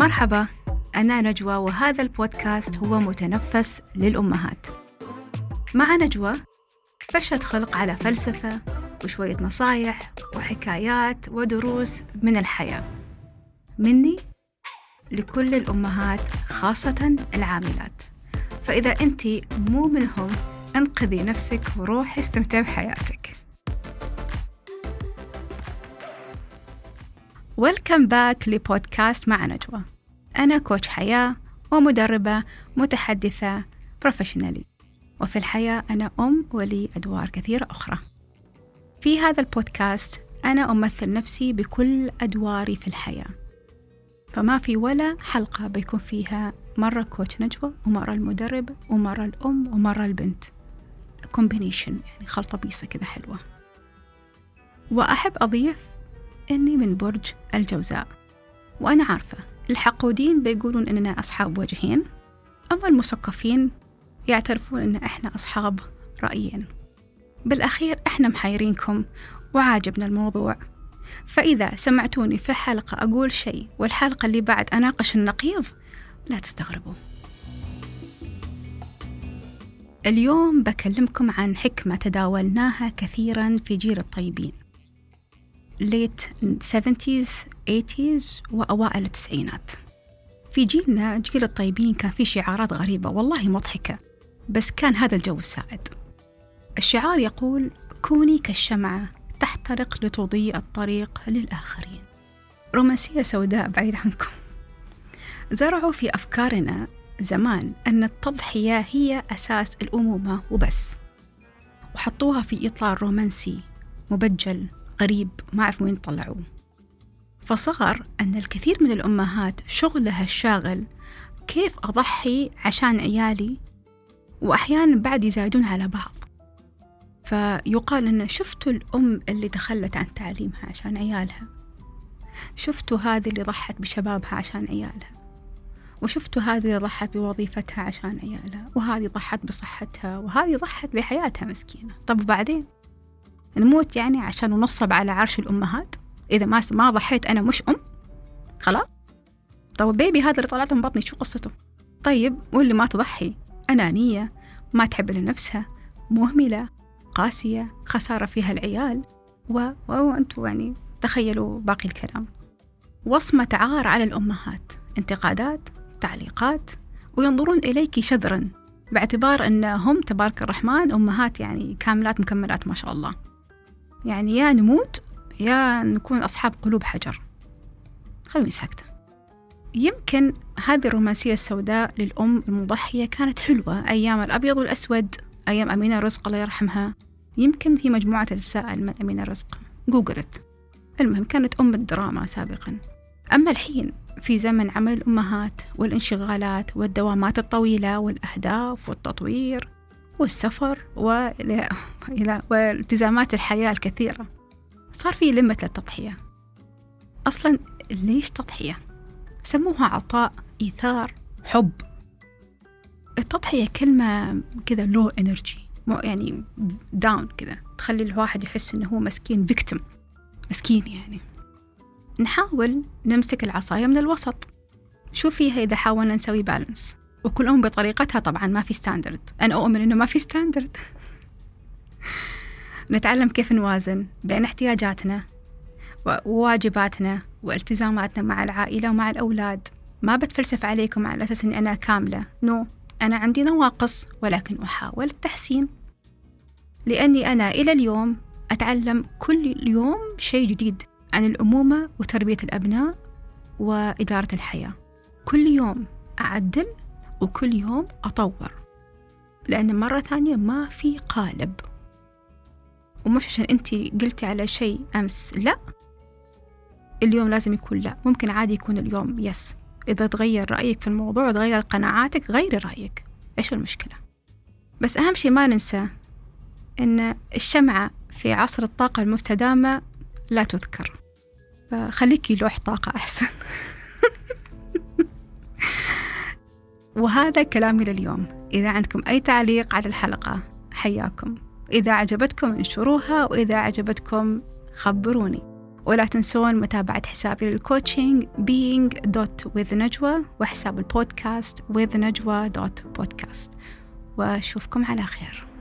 مرحبا، أنا نجوى وهذا البودكاست هو متنفس للأمهات. مع نجوى فشت خلق على فلسفة وشوية نصايح وحكايات ودروس من الحياة، مني لكل الأمهات خاصة العاملات. فإذا أنتي مو منهم انقذي نفسك وروحي استمتعي بحياتك. Welcome back لبودكاست مع نجوى. أنا كوتش حياة ومدربة متحدثة بروفيشنالي، وفي الحياة أنا أم ولي أدوار كثيرة أخرى. في هذا البودكاست أنا أمثل نفسي بكل أدواري في الحياة، فما في ولا حلقة بيكون فيها مرة كوتش نجوى ومرة المدرب ومرة الأم ومرة البنت، كومبينيشن يعني خلطة بيصة كذا حلوة. وأحب أضيف إني من برج الجوزاء، وأنا عارفة الحقودين بيقولون إننا أصحاب وجهين، أما المثقفين يعترفون إن إحنا أصحاب رأيين. بالأخير إحنا محيرينكم وعاجبنا الموضوع، فإذا سمعتوني في حلقة أقول شيء والحلقة اللي بعد أناقش النقيض لا تستغربوا. اليوم بكلمكم عن حكمة تداولناها كثيرا في جيل الطيبين، late 70s 80s وأوائل التسعينات. في جيلنا جيل الطيبين كان في شعارات غريبة والله مضحكة، بس كان هذا الجو السائد. الشعار يقول: كوني كالشمعة تحترق لتضيء الطريق للآخرين. رومانسية سوداء بعيد عنكم. زرعوا في أفكارنا زمان أن التضحية هي أساس الأمومة وبس، وحطوها في إطار رومانسي مبجل غريب ما أعرف وين طلعوه. فصار أن الكثير من الأمهات شغلها الشاغل كيف أضحي عشان عيالي، وأحيانا بعد يزايدون على بعض. فيقال أن شفتوا الأم اللي تخلت عن تعليمها عشان عيالها، شفتوا هذه اللي ضحت بشبابها عشان عيالها، وشفتوا هذه اللي ضحت بوظيفتها عشان عيالها، وهذه ضحت بصحتها، وهذه ضحت بحياتها مسكينة. طب بعدين نموت يعني عشان ننصب على عرش الأمهات؟ إذا ما ضحيت أنا مش أم خلاص؟ طب بيبي هذا اللي طلعته من بطني شو قصته؟ طيب واللي ما تضحي أنانية، ما تحب لنفسها، مهملة، قاسية، خسارة فيها العيال، وأنتوا يعني تخيلوا باقي الكلام. وصمة عار على الأمهات، انتقادات، تعليقات، وينظرون إليك شذرا باعتبار أنهم تبارك الرحمن أمهات يعني كاملات مكملات ما شاء الله، يعني يا نموت يا نكون أصحاب قلوب حجر. خلوني ساكتة. يمكن هذه الرومانسية السوداء للأم المضحية كانت حلوة أيام الأبيض والأسود، أيام أمينة رزق الله يرحمها. يمكن في مجموعة تتساءل من أمينة رزق، جوجلت. المهم كانت أم الدراما سابقا. أما الحين في زمن عمل الأمهات والانشغالات والدوامات الطويلة والأهداف والتطوير والسفر والالتزامات الحياة الكثيرة، صار في لمة للتضحية. أصلا ليش تضحية؟ سموها عطاء، إيثار، حب. التضحية كلمة كذا لو إنرجي، يعني داون كذا، تخلي الواحد يحس إنه هو مسكين، فيكتم مسكين يعني. نحاول نمسك العصاية من الوسط. شو فيها إذا حاولنا نسوي بالانس؟ وكل أم بطريقتها طبعا، ما في ستاندرد. أنا أؤمن إنه ما في ستاندرد. نتعلم كيف نوازن بين احتياجاتنا وواجباتنا والتزاماتنا مع العائلة ومع الأولاد. ما بتفلسف عليكم على أساس أني أنا كاملة، أنا عندي نواقص ولكن أحاول التحسين، لأني أنا إلى اليوم أتعلم كل يوم شيء جديد عن الأمومة وتربية الأبناء وإدارة الحياة. كل يوم أعدل وكل يوم أطور، لأن مرة ثانية ما في قالب. ومش عشان أنتي قلتي على شيء أمس لا، اليوم لازم يكون لا. ممكن عادي يكون اليوم يس. إذا تغير رأيك في الموضوع وتغير قناعاتك غيري رأيك، إيش المشكلة؟ بس أهم شيء ما ننسى إن الشمعة في عصر الطاقة المستدامة لا تذكر، فخليكي لوح طاقة أحسن. وهذا كلامي لليوم. إذا عندكم أي تعليق على الحلقة حياكم، إذا عجبتكم انشروها، وإذا عجبتكم خبروني. ولا تنسون متابعة حسابي للكوتشنج being.withnajwa وحساب البودكاست withnajwa.podcast، وأشوفكم على خير.